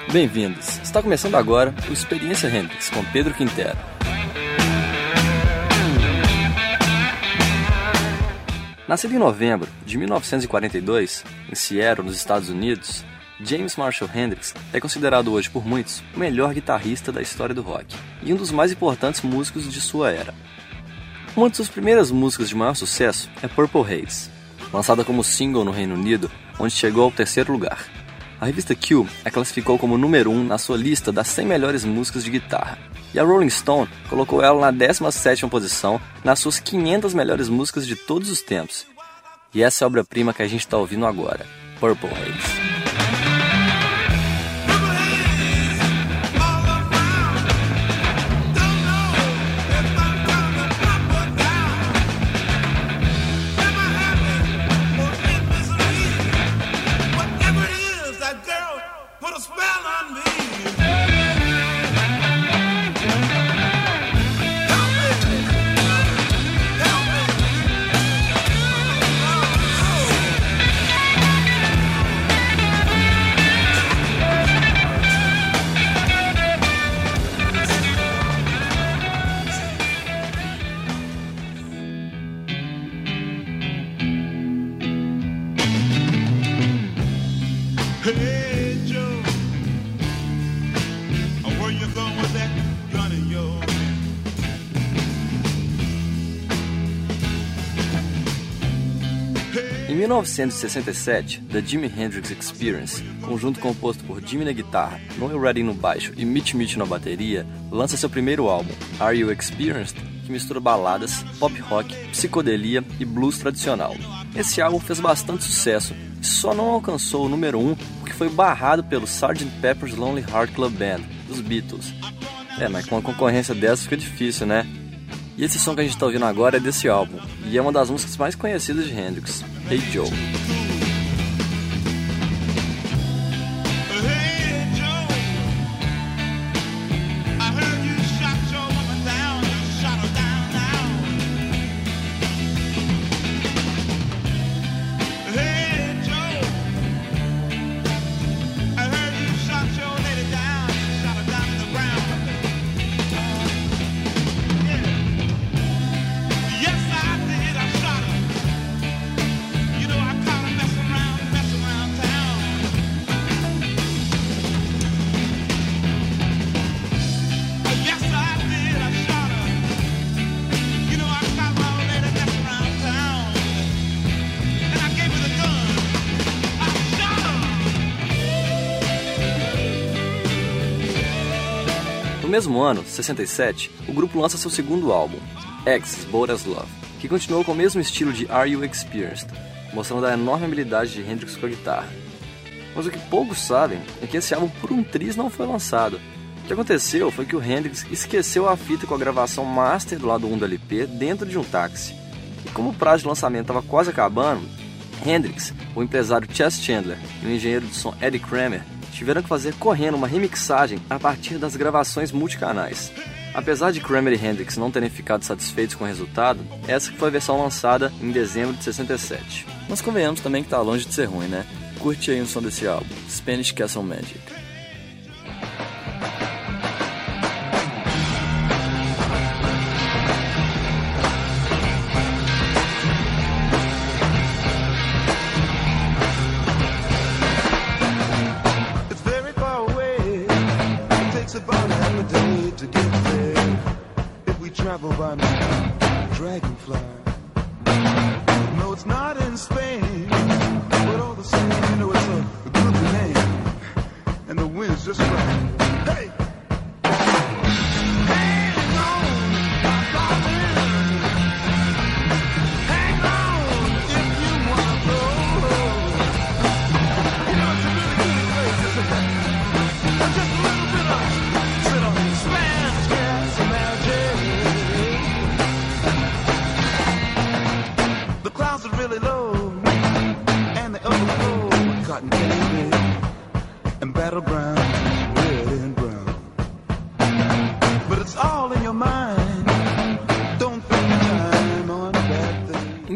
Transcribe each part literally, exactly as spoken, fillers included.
Bem-vindos! Está começando agora o Experiência Hendrix com Pedro Quintero. Nascido em novembro de mil novecentos e quarenta e dois, em Seattle, nos Estados Unidos, James Marshall Hendrix é considerado hoje por muitos o melhor guitarrista da história do rock e um dos mais importantes músicos de sua era. Uma de suas primeiras músicas de maior sucesso é Purple Haze, lançada como single no Reino Unido, onde chegou ao terceiro lugar. A revista Q a classificou como número um na sua lista das cem melhores músicas de guitarra, e a Rolling Stone colocou ela na décima sétima posição nas suas quinhentas melhores músicas de todos os tempos. E essa é a obra-prima que a gente está ouvindo agora, Purple Haze. Hey Joe, where you going with that gun of yours? Em mil novecentos e sessenta e sete, The Jimi Hendrix Experience, conjunto composto por Jimi na guitarra, Noel Redding no baixo e Mitch Mitch na bateria, lança seu primeiro álbum, Are You Experienced?, que mistura baladas, pop rock, psicodelia e blues tradicional. Esse álbum fez bastante sucesso e só não alcançou o número um porque foi barrado pelo sergeant Pepper's Lonely Hearts Club Band, dos Beatles. É, mas com uma concorrência dessa fica difícil, né? E esse som que a gente tá ouvindo agora é desse álbum, e é uma das músicas mais conhecidas de Hendrix, Hey Joe. No mesmo ano, sessenta e sete, o grupo lança seu segundo álbum, X, Bold as Love, que continuou com o mesmo estilo de Are You Experienced, mostrando a enorme habilidade de Hendrix com a guitarra. Mas o que poucos sabem é que esse álbum por um triz não foi lançado. O que aconteceu foi que o Hendrix esqueceu a fita com a gravação master do lado um do L P dentro de um táxi. E como o prazo de lançamento estava quase acabando, Hendrix, o empresário Chess Chandler e o engenheiro de som Eddie Kramer tiveram que fazer correndo uma remixagem a partir das gravações multicanais. Apesar de Kramer e Hendrix não terem ficado satisfeitos com o resultado, essa foi a versão lançada em dezembro de sessenta e sete. Mas convenhamos também que tá longe de ser ruim, né? Curte aí o som desse álbum, Spanish Castle Magic. Travel by me, dragonfly. No, it's not in Spain, but all the same, you know it's a, a good name, and the wind's just right. Hey! Hang on, my darling. Hang on if you wanna go. You know it's a really good place, isn't it? Just a little bit of sit on Spanish Castle Magic.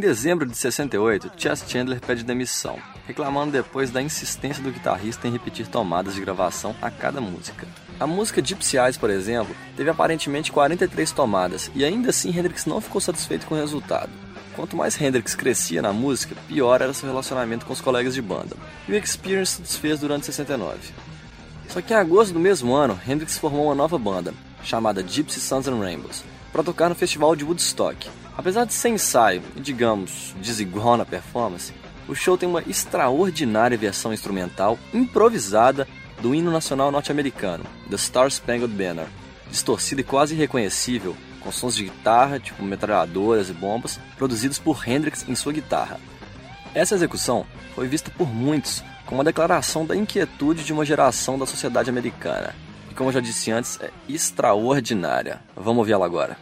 dezembro de sessenta e oito, Chas Chandler pede demissão, reclamando depois da insistência do guitarrista em repetir tomadas de gravação a cada música. A música Gypsy Eyes, por exemplo, teve aparentemente quarenta e três tomadas, e ainda assim Hendrix não ficou satisfeito com o resultado. Quanto mais Hendrix crescia na música, pior era seu relacionamento com os colegas de banda, e o Experience se desfez durante sessenta e nove. Só que em agosto do mesmo ano, Hendrix formou uma nova banda, chamada Gypsy Suns and Rainbows, para tocar no festival de Woodstock. Apesar de ser ensaio e, digamos, desigual na performance, o show tem uma extraordinária versão instrumental improvisada do hino nacional norte-americano, The Star Spangled Banner, distorcida e quase irreconhecível, com sons de guitarra, tipo metralhadoras e bombas, produzidos por Hendrix em sua guitarra. Essa execução foi vista por muitos como uma declaração da inquietude de uma geração da sociedade americana, e como eu já disse antes, é extraordinária. Vamos ouvir ela agora.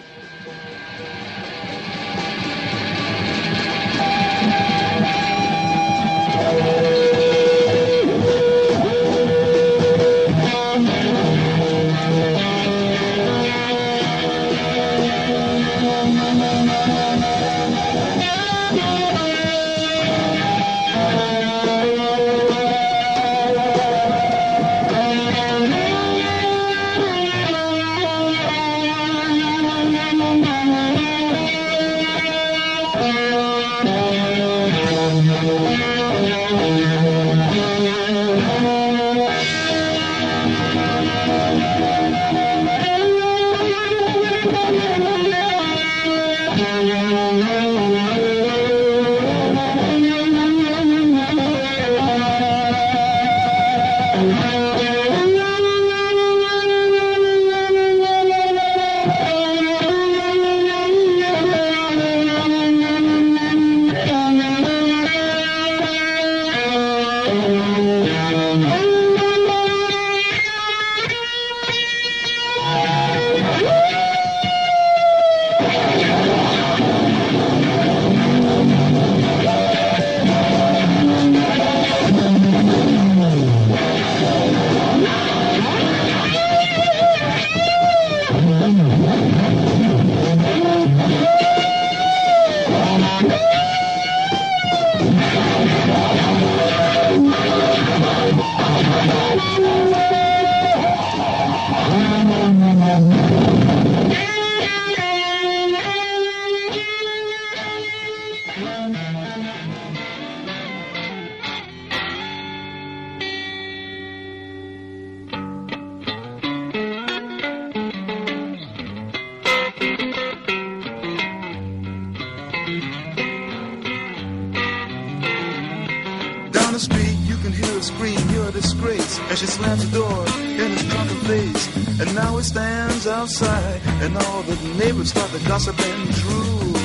the street, you can hear her scream, you're a disgrace. And she slams the door in his drunken face. And now he stands outside, and all the neighbors start to gossip and drool.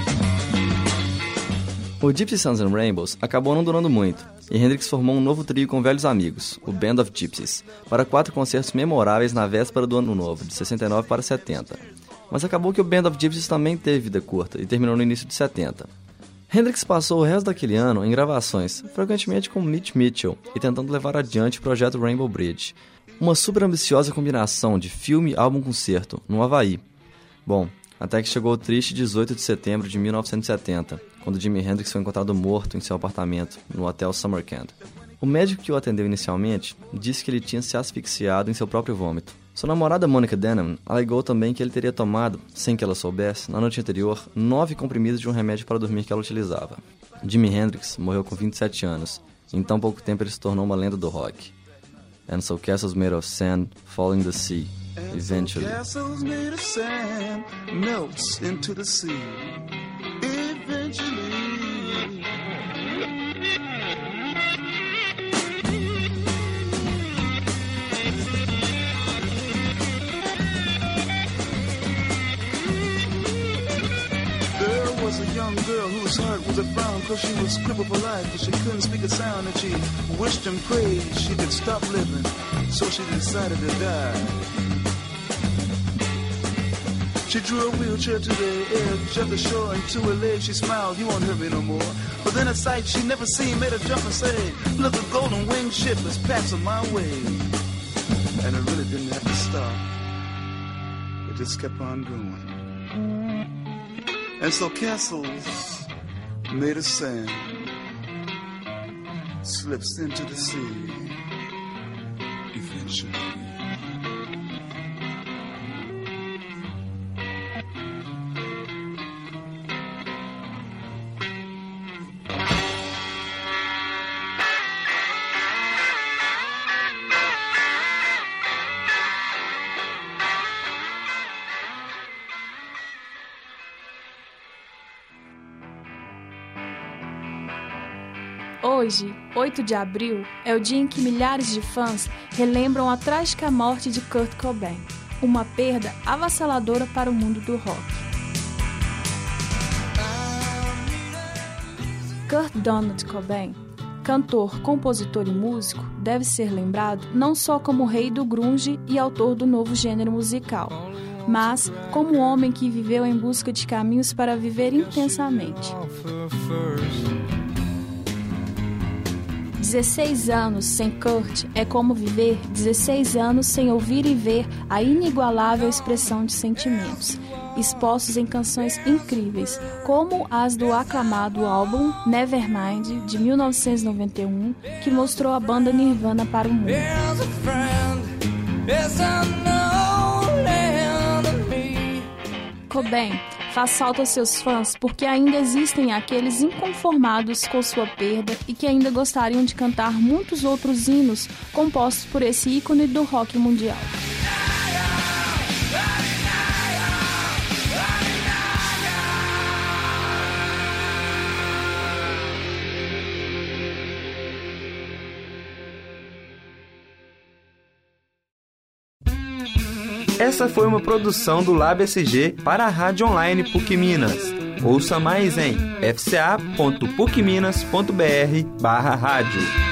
O Gypsy Suns and Rainbows acabou não durando muito, e Hendrix formou um novo trio com velhos amigos, o Band of Gypsies, para quatro concertos memoráveis na véspera do Ano Novo, de sessenta e nove para setenta. Mas acabou que o Band of Gypsies também teve vida curta, e terminou no início de setenta. Hendrix passou o resto daquele ano em gravações, frequentemente com Mitch Mitchell, e tentando levar adiante o projeto Rainbow Bridge, uma super ambiciosa combinação de filme e álbum-concerto, no Havaí. Bom, até que chegou o triste dezoito de setembro de mil novecentos e setenta, quando Jimi Hendrix foi encontrado morto em seu apartamento, no Hotel Samarkand. O médico que o atendeu inicialmente disse que ele tinha se asfixiado em seu próprio vômito. Sua namorada Monica Denham alegou também que ele teria tomado, sem que ela soubesse, na noite anterior, nove comprimidos de um remédio para dormir que ela utilizava. Jimi Hendrix morreu com vinte e sete anos, e em tão pouco tempo ele se tornou uma lenda do rock. And so castles made of sand fall in the sea, eventually. And so castles made of sand melts into the sea, eventually. Was a young girl whose heart was a frown, cause she was crippled for life, but she couldn't speak a sound, and she wished and prayed she could stop living, so she decided to die. She drew a wheelchair to the edge of the shore, and to her leg she smiled, you won't hurt me no more. But then a sight she never seen made her jump and say, look, a golden winged ship is passing my way. And it really didn't have to stop, it just kept on going. And so castles made of sand, slips into the sea eventually. Hoje, oito de abril, é o dia em que milhares de fãs relembram a trágica morte de Kurt Cobain, uma perda avassaladora para o mundo do rock. Kurt Donald Cobain, cantor, compositor e músico, deve ser lembrado não só como o rei do grunge e autor do novo gênero musical, mas como um homem que viveu em busca de caminhos para viver intensamente. dezesseis anos sem Kurt é como viver dezesseis anos sem ouvir e ver a inigualável expressão de sentimentos, expostos em canções incríveis, como as do aclamado álbum Nevermind, de mil novecentos e noventa e um, que mostrou a banda Nirvana para o mundo. Cobain faz falta aos seus fãs porque ainda existem aqueles inconformados com sua perda e que ainda gostariam de cantar muitos outros hinos compostos por esse ícone do rock mundial. Essa foi uma produção do Lab S G para a Rádio Online P U C Minas. Ouça mais em f c a ponto puc minas ponto b r barra rádio.